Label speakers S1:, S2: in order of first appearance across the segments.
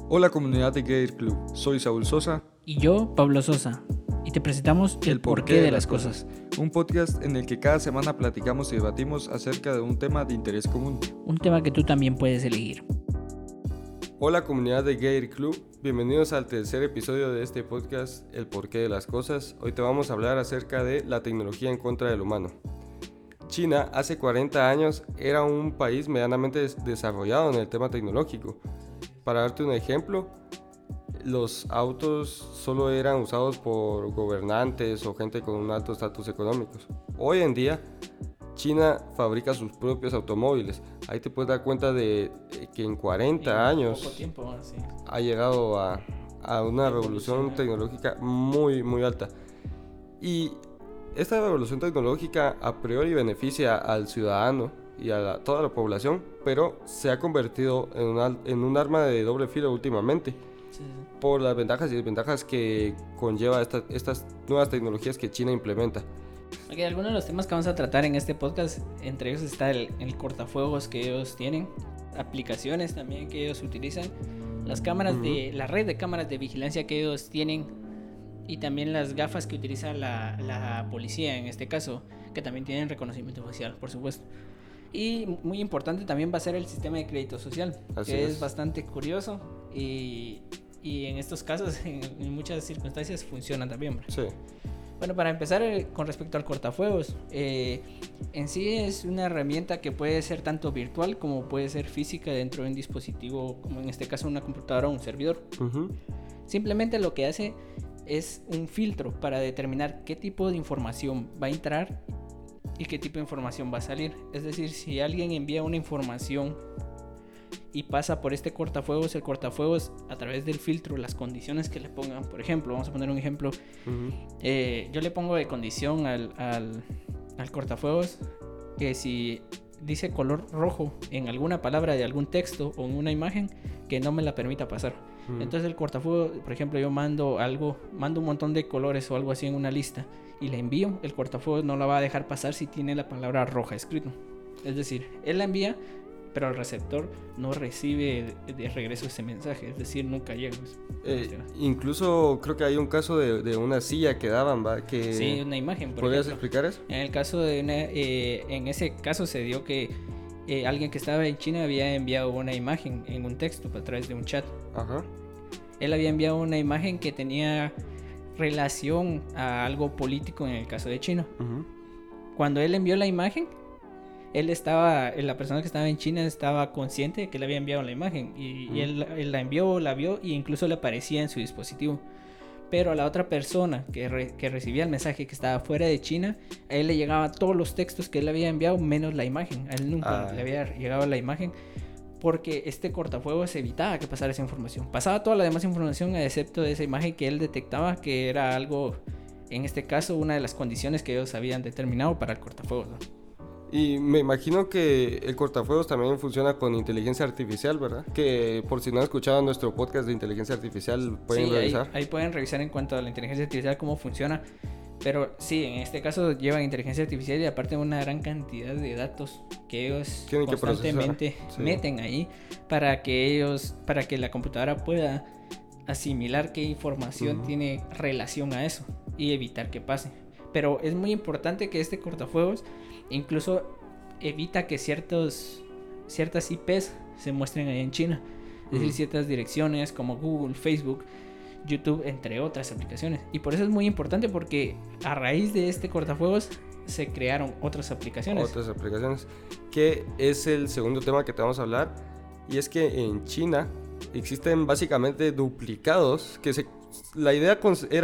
S1: Hola comunidad de Gamer Club, soy Saúl Sosa
S2: y yo, Pablo Sosa, y te presentamos El Porqué de las Cosas,
S1: un podcast en el que cada semana platicamos y debatimos acerca de un tema de interés común.
S2: Un tema que tú también puedes elegir.
S3: Hola comunidad de Gamer Club, bienvenidos al tercer episodio de este podcast El Porqué de las Cosas. Hoy te vamos a hablar acerca de la tecnología en contra del humano. China hace 40 años era un país medianamente desarrollado en el tema tecnológico. Para darte un ejemplo, los autos solo eran usados por gobernantes o gente con un alto estatus económico. Hoy en día, China fabrica sus propios automóviles. Ahí te puedes dar cuenta de que en 40 años
S2: poco tiempo, sí,
S3: ha llegado a una revolución tecnológica muy, muy alta. Y esta revolución tecnológica a priori beneficia al ciudadano y a toda la población, pero se ha convertido en un arma de doble filo últimamente, por las ventajas y desventajas que conlleva estas nuevas tecnologías que China implementa.
S2: Okay, algunos de los temas que vamos a tratar en este podcast, entre ellos está el cortafuegos que ellos tienen, aplicaciones también que ellos utilizan, las cámaras la red de cámaras de vigilancia que ellos tienen y también las gafas que utiliza la policía en este caso, que también tienen reconocimiento facial, por supuesto. Y muy importante también va a ser el sistema de crédito social, que es bastante curioso y en estos casos, en muchas circunstancias, funciona también.
S3: Sí.
S2: Bueno, para empezar con respecto al cortafuegos, en sí es una herramienta que puede ser tanto virtual como puede ser física dentro de un dispositivo, como en este caso una computadora o un servidor. Simplemente lo que hace es un filtro para determinar qué tipo de información va a entrar y qué tipo de información va a salir. Es decir, si alguien envía una información y pasa por este cortafuegos, el cortafuegos a través del filtro, las condiciones que le pongan, por ejemplo, vamos a poner un ejemplo, yo le pongo de condición al cortafuegos que si dice color rojo en alguna palabra de algún texto o en una imagen, que no me la permita pasar. Entonces el cortafuegos, por ejemplo, yo mando un montón de colores o algo así en una lista y la envío, el cortafuegos no la va a dejar pasar si tiene la palabra roja escrito. Es decir, él la envía, pero el receptor no recibe de regreso ese mensaje, es decir, nunca llega.
S3: Incluso creo que hay un caso de una silla que daban, ¿va?
S2: Sí, una imagen.
S3: ¿Podrías explicar eso?
S2: En el caso en ese caso se dio que alguien que estaba en China había enviado una imagen en un texto a través de un chat.
S3: Ajá.
S2: Él había enviado una imagen que tenía relación a algo político en el caso de China. Cuando él envió la imagen, la persona que estaba en China estaba consciente de que le había enviado la imagen y él la envió, la vio e incluso le aparecía en su dispositivo. Pero a la otra persona que recibía el mensaje, que estaba fuera de China, a él le llegaban todos los textos que él había enviado menos la imagen. A él nunca le había llegado la imagen, porque este cortafuegos evitaba que pasara esa información. Pasaba toda la demás información excepto de esa imagen que él detectaba que era algo, en este caso, una de las condiciones que ellos habían determinado para el cortafuegos, ¿no?
S3: Y me imagino que el cortafuegos también funciona con inteligencia artificial, ¿verdad? Que por si no han escuchado nuestro podcast de inteligencia artificial, pueden revisar.
S2: Ahí pueden revisar en cuanto a la inteligencia artificial cómo funciona. Pero sí, en este caso llevan inteligencia artificial y aparte una gran cantidad de datos que ellos constantemente meten ahí para que la computadora pueda asimilar qué información tiene relación a eso y evitar que pase. Pero es muy importante que este cortafuegos incluso evita que ciertas IPs se muestren ahí en China. Es decir, ciertas direcciones como Google, Facebook, YouTube, entre otras aplicaciones. Y por eso es muy importante, porque a raíz de este cortafuegos se crearon otras aplicaciones.
S3: Que es el segundo tema que te vamos a hablar. Y es que en China existen básicamente duplicados que la idea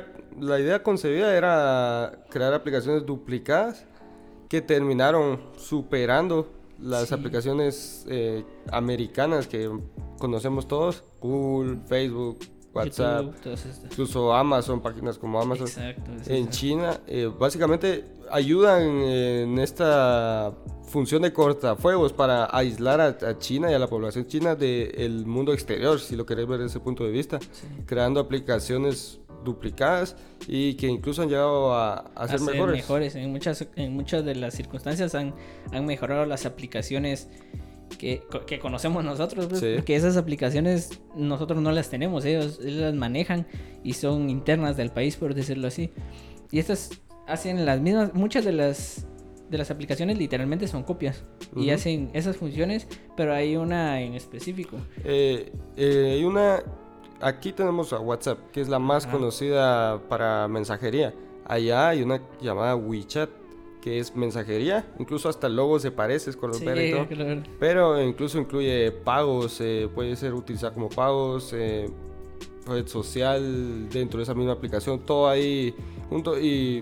S3: concebida era crear aplicaciones duplicadas que terminaron superando las aplicaciones americanas que conocemos todos: Google, Facebook, WhatsApp, YouTube, incluso Amazon, páginas como Amazon.
S2: Exacto,
S3: en China básicamente ayudan en esta función de cortafuegos para aislar a China y a la población china del mundo exterior, si lo querés ver desde ese punto de vista, creando aplicaciones duplicadas y que incluso han llegado a ser mejores.
S2: En muchas de las circunstancias han mejorado las aplicaciones que conocemos nosotros, pues,
S3: Sí.
S2: porque esas aplicaciones nosotros no las tenemos, ellos las manejan y son internas del país, por decirlo así. Y estas hacen las mismas, muchas de las aplicaciones literalmente son copias y
S3: Ujú.
S2: hacen esas funciones, pero hay una en específico.
S3: Hay una... Aquí tenemos a WhatsApp, que es la más
S2: Ajá.
S3: conocida para mensajería. Allá hay una llamada WeChat, que es mensajería. Incluso hasta el logo se parece, es color
S2: Sí,
S3: verde y todo.
S2: claro.
S3: Pero incluso incluye pagos, puede ser utilizado como pagos, red social dentro de esa misma aplicación, todo ahí junto y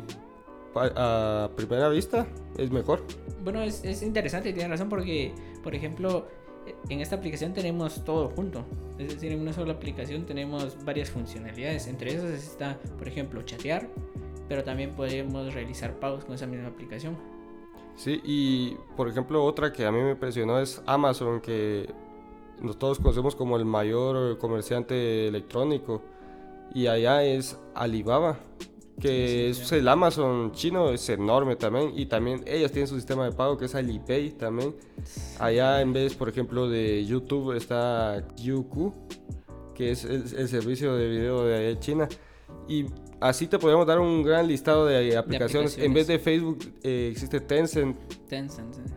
S3: a primera vista es mejor.
S2: Bueno, es interesante y tiene razón porque, por ejemplo, en esta aplicación tenemos todo junto. Es decir, en una sola aplicación tenemos varias funcionalidades. Entre esas está, por ejemplo, chatear, pero también podemos realizar pagos con esa misma aplicación.
S3: Sí, y por ejemplo otra que a mí me impresionó es Amazon, que todos conocemos como el mayor comerciante electrónico, y allá es Alibaba, que
S2: Sí,
S3: es
S2: sí.
S3: el Amazon chino, es enorme también, y también ellos tienen su sistema de pago que es Alipay también. Allá en vez, por ejemplo, de YouTube está Youku, que es el servicio de video de China. Y así te podemos dar un gran listado de aplicaciones. En vez de Facebook existe Tencent.
S2: Tencent, sí.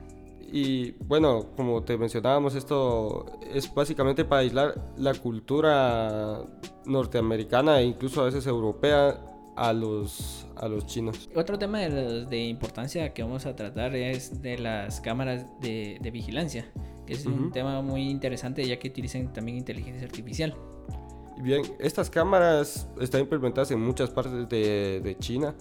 S3: Y bueno, como te mencionábamos, esto es básicamente para aislar la cultura norteamericana e incluso a veces europea a los chinos.
S2: Otro tema de importancia que vamos a tratar es de las cámaras de vigilancia, que es un
S3: Ujú.
S2: tema muy interesante ya que utilizan también inteligencia artificial.
S3: Y bien, estas cámaras están implementadas en muchas partes de China,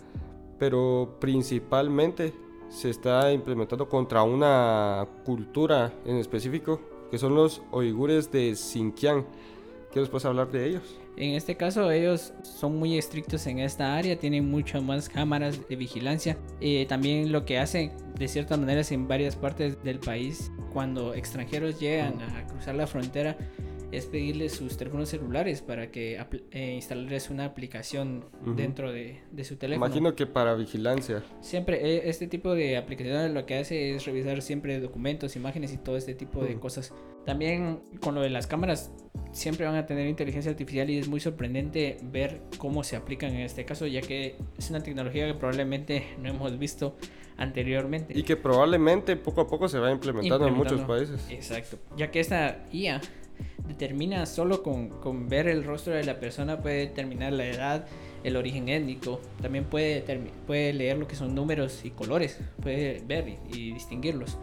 S3: pero principalmente se está implementando contra una cultura en específico, que son los uigures de Xinjiang. ¿Qué nos puedes hablar de ellos?
S2: En este caso ellos son muy estrictos en esta área, tienen muchas más cámaras de vigilancia. También lo que hacen de ciertas maneras en varias partes del país, cuando extranjeros llegan a cruzar la frontera, es pedirles sus teléfonos celulares para que instalarles una aplicación
S3: Ujú.
S2: dentro de su teléfono.
S3: Imagino que para vigilancia.
S2: Siempre este tipo de aplicaciones lo que hace es revisar siempre documentos, imágenes y todo este tipo de cosas. También con lo de las cámaras siempre van a tener inteligencia artificial y es muy sorprendente ver cómo se aplican en este caso, ya que es una tecnología que probablemente no hemos visto anteriormente.
S3: Y que probablemente poco a poco se va implementando en muchos países.
S2: Exacto, ya que esta IA determina solo con ver el rostro de la persona, puede determinar la edad, el origen étnico, también puede leer lo que son números y colores, puede ver y distinguirlos.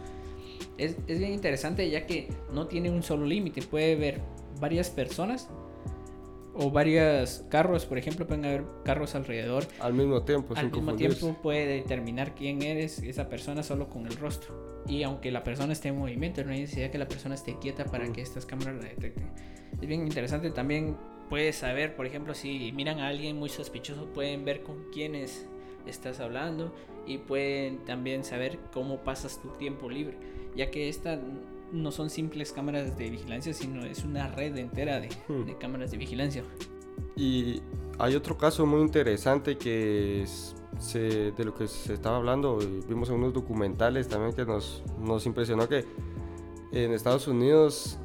S2: Es bien interesante ya que no tiene un solo límite, puede ver varias personas o varios carros, por ejemplo, pueden haber carros alrededor.
S3: Al mismo tiempo,
S2: Al
S3: sin
S2: mismo
S3: confundirse.
S2: tiempo puede determinar quién eres esa persona solo con el rostro. Y aunque la persona esté en movimiento, no hay necesidad que la persona esté quieta para que estas cámaras la detecten. Es bien interesante. También puedes saber, por ejemplo, si miran a alguien muy sospechoso, pueden ver con quiénes estás hablando y pueden también saber cómo pasas tu tiempo libre, ya que esta no son simples cámaras de vigilancia, sino es una red entera de cámaras de vigilancia.
S3: Y hay otro caso muy interesante que de lo que se estaba hablando, y vimos en unos documentales también que nos impresionó, que en Estados Unidos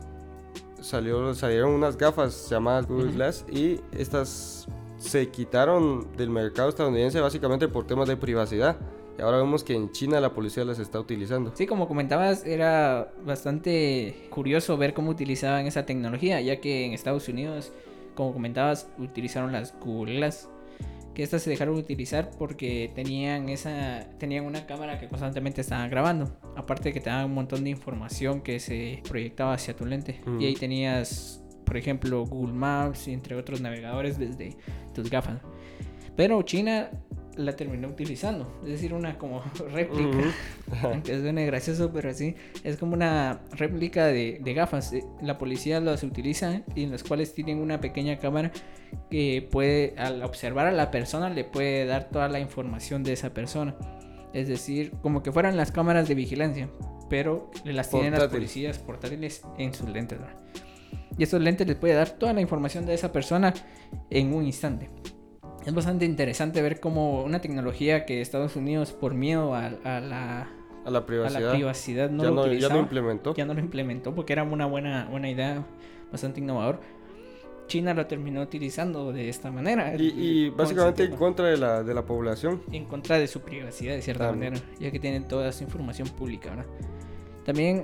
S3: salieron unas gafas llamadas Google Glass, y estas se quitaron del mercado estadounidense básicamente por temas de privacidad. Y ahora vemos que en China la policía las está utilizando.
S2: Sí, como comentabas, era bastante curioso ver cómo utilizaban esa tecnología, ya que en Estados Unidos, como comentabas, utilizaron las Google Glass, que estas se dejaron utilizar porque tenían una cámara que constantemente estaban grabando, aparte de que te daban un montón de información que se proyectaba hacia tu lente. Y ahí tenías, por ejemplo, Google Maps y entre otros navegadores desde tus gafas. Pero China la terminó utilizando, es decir, una como réplica, aunque suene gracioso, pero sí, es como una réplica de gafas. La policía las utiliza y en las cuales tienen una pequeña cámara que puede, al observar a la persona, le puede dar toda la información de esa persona, es decir, como que fueran las cámaras de vigilancia, pero las tienen las policías portátiles en sus lentes, ¿verdad? Y estos lentes les puede dar toda la información de esa persona en un instante. Es bastante interesante ver cómo una tecnología que Estados Unidos, por miedo a la
S3: a la
S2: a
S3: privacidad.
S2: la privacidad, no
S3: ya,
S2: lo
S3: no, ya
S2: utilizaba,
S3: lo implementó.
S2: ya no lo implementó porque era una buena idea, bastante innovador. China lo terminó utilizando de esta manera.
S3: Y básicamente en
S2: consentiendo,
S3: contra de la población.
S2: en contra de su privacidad de cierta
S3: También.
S2: manera, ya que tienen toda su información pública, ¿verdad? También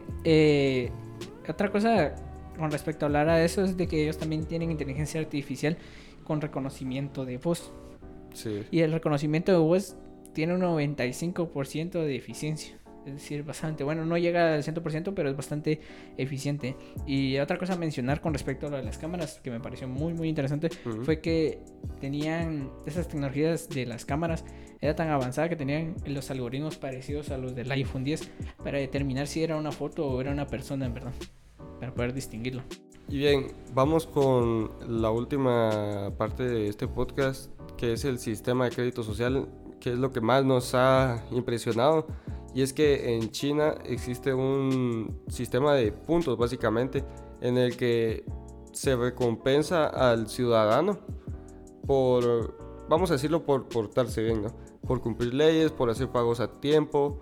S2: otra cosa con respecto a hablar a eso es de que ellos también tienen inteligencia artificial con reconocimiento de voz.
S3: Sí.
S2: Y el reconocimiento de voz tiene un 95% de eficiencia. Es decir, bastante bueno. No llega al 100%, pero es bastante eficiente. Y otra cosa a mencionar con respecto a lo de las cámaras, que me pareció muy interesante,
S3: Ujú.
S2: fue que tenían esas tecnologías de las cámaras. Era tan avanzada que tenían los algoritmos parecidos a los del iPhone 10 para determinar si era una foto o era una persona, en verdad. Para poder distinguirlo.
S3: Y bien, vamos con la última parte de este podcast, que es el sistema de crédito social, que es lo que más nos ha impresionado. Y es que en China existe un sistema de puntos, básicamente, en el que se recompensa al ciudadano por, vamos a decirlo, por portarse bien, ¿no? Por cumplir leyes, por hacer pagos a tiempo,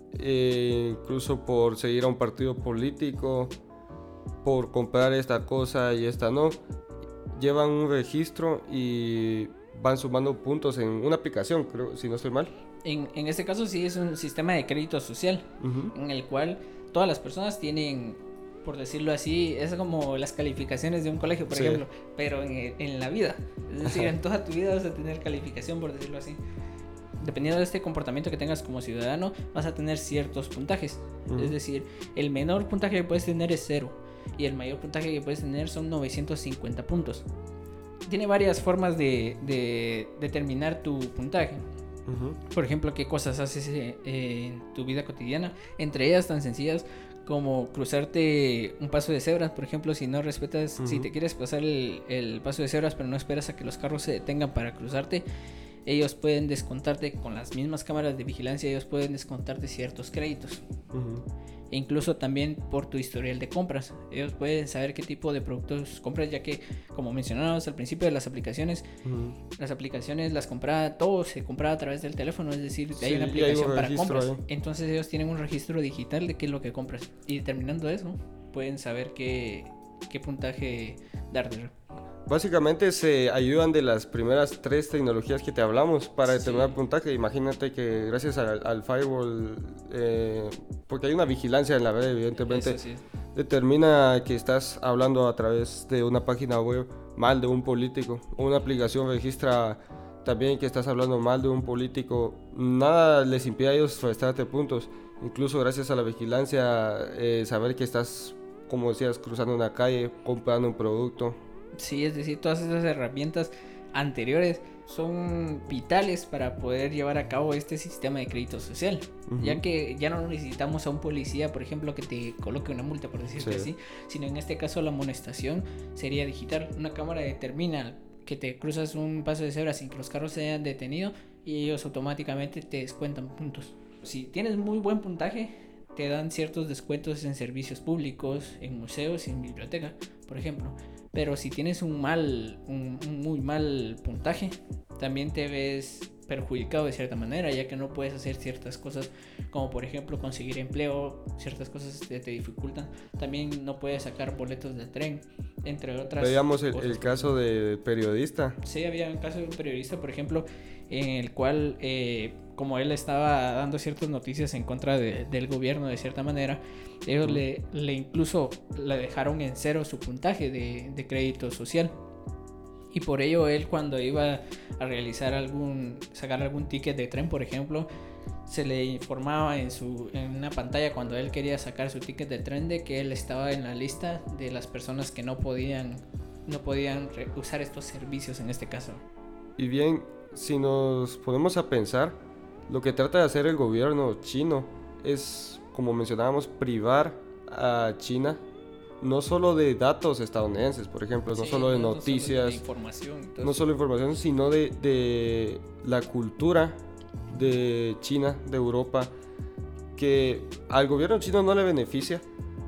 S3: incluso por seguir a un partido político, por comprar esta cosa y esta no. Llevan un registro y van sumando puntos en una aplicación, creo, si no estoy mal.
S2: En este caso sí es un sistema de crédito social, en el cual todas las personas tienen, por decirlo así, es como las calificaciones de un colegio, por
S3: Sí.
S2: ejemplo, pero en la vida. Es decir, en toda tu vida vas a tener calificación, por decirlo así. Dependiendo de este comportamiento que tengas como ciudadano, vas a tener ciertos puntajes. Es decir, el menor puntaje que puedes tener es 0 y el mayor puntaje que puedes tener son 950 puntos. Tiene varias formas de determinar tu puntaje. Por ejemplo, qué cosas haces en tu vida cotidiana, entre ellas tan sencillas como cruzarte un paso de cebras. Por ejemplo, si no respetas, si te quieres pasar el paso de cebras pero no esperas a que los carros se detengan para cruzarte, ellos pueden descontarte con las mismas cámaras de vigilancia, ellos pueden descontarte ciertos créditos. E incluso también por tu historial de compras. Ellos pueden saber qué tipo de productos compras, ya que, como mencionábamos al principio de las aplicaciones las compraba, todo se compraba a través del teléfono, es decir,
S3: Sí,
S2: hay una
S3: y hay
S2: aplicación
S3: un
S2: para
S3: registro
S2: compras.
S3: ahí.
S2: Entonces ellos tienen un registro digital de qué es lo que compras. Y determinando eso, pueden saber qué puntaje darte.
S3: Básicamente se ayudan de las primeras 3 tecnologías que te hablamos para
S2: Sí.
S3: determinar puntaje. Imagínate que gracias al firewall, porque hay una vigilancia en la red, evidentemente,
S2: Eso sí.
S3: determina que estás hablando a través de una página web mal de un político. Una aplicación registra también que estás hablando mal de un político. Nada les impide a ellos restarte puntos. Incluso gracias a la vigilancia, saber que estás, como decías, cruzando una calle, comprando un producto.
S2: Sí, es decir, todas esas herramientas anteriores son vitales para poder llevar a cabo este sistema de crédito social, ya que ya no necesitamos a un policía, por ejemplo, que te coloque una multa, por decirlo así, sino en este caso la amonestación sería digital. Una cámara determina que te cruzas un paso de cebra sin que los carros se hayan detenido y ellos automáticamente te descuentan puntos. Si tienes muy buen puntaje, te dan ciertos descuentos en servicios públicos, en museos y en biblioteca, por ejemplo. Pero si tienes un muy mal puntaje, también te ves perjudicado de cierta manera, ya que no puedes hacer ciertas cosas, como por ejemplo conseguir empleo, ciertas cosas te dificultan. También no puedes sacar boletos de tren, entre otras
S3: Veíamos
S2: cosas.
S3: el caso del periodista.
S2: Sí, había un caso de un periodista, por ejemplo, en el cual, como él estaba dando ciertas noticias en contra del gobierno de cierta manera, ellos le incluso le dejaron en 0 su puntaje de crédito social. Y por ello él, cuando iba a realizar sacar algún ticket de tren, por ejemplo, se le informaba en una pantalla cuando él quería sacar su ticket de tren de que él estaba en la lista de las personas que no podían usar estos servicios en este caso.
S3: Y bien, si nos ponemos a pensar, lo que trata de hacer el gobierno chino es, como mencionábamos, privar a China no solo de datos estadounidenses, por ejemplo, no solo de noticias,
S2: no solo de información,
S3: no solo información, sino de la cultura de China, de Europa, que al gobierno chino no le beneficia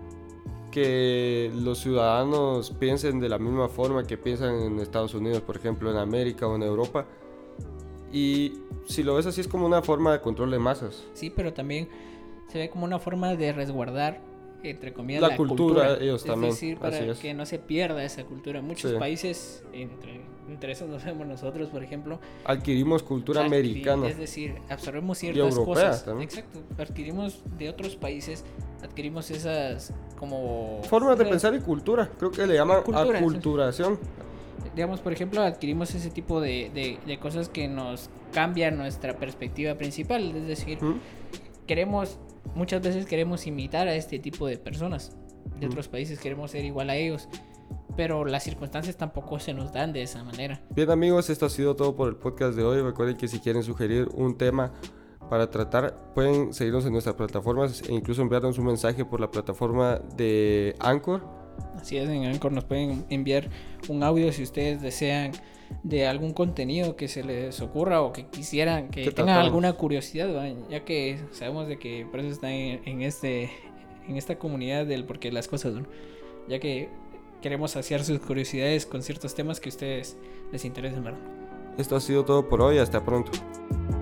S3: que los ciudadanos piensen de la misma forma que piensan en Estados Unidos, por ejemplo, en América o en Europa. Y si lo ves así, es como una forma de control de masas.
S2: Sí, pero también se ve como una forma de resguardar, entre comillas,
S3: La cultura, ellos
S2: es
S3: también,
S2: decir, para
S3: así es.
S2: que no se pierda esa cultura. Muchos
S3: Sí.
S2: países, entre esos nos vemos nosotros, por ejemplo,
S3: Adquirimos cultura americana.
S2: es decir, absorbemos ciertas
S3: europea
S2: cosas.
S3: también.
S2: Exacto, adquirimos de otros países, adquirimos esas como
S3: Formas de
S2: esas-
S3: pensar y cultura. Creo que le llaman
S2: Cultura,
S3: aculturación.
S2: digamos, por ejemplo, adquirimos ese tipo de cosas que nos cambian nuestra perspectiva principal. Es decir,
S3: ¿Mm?
S2: muchas veces queremos imitar a este tipo de personas de
S3: Mm.
S2: otros países, queremos ser igual a ellos, pero las circunstancias tampoco se nos dan de esa manera.
S3: Bien amigos, esto ha sido todo por el podcast de hoy. Recuerden que si quieren sugerir un tema para tratar, pueden seguirnos en nuestras plataformas e incluso enviarnos un mensaje por la plataforma de Anchor.
S2: Así es, en Anchor nos pueden enviar un audio si ustedes desean de algún contenido que se les ocurra o que quisieran, que
S3: ¿Qué
S2: tengan
S3: tratamos?
S2: alguna curiosidad, ¿va? Ya que sabemos de que por eso están en esta comunidad del por qué las cosas, ¿no? Ya que queremos saciar sus curiosidades con ciertos temas que a ustedes les interesen, ¿verdad?
S3: Esto ha sido todo por hoy. Hasta pronto.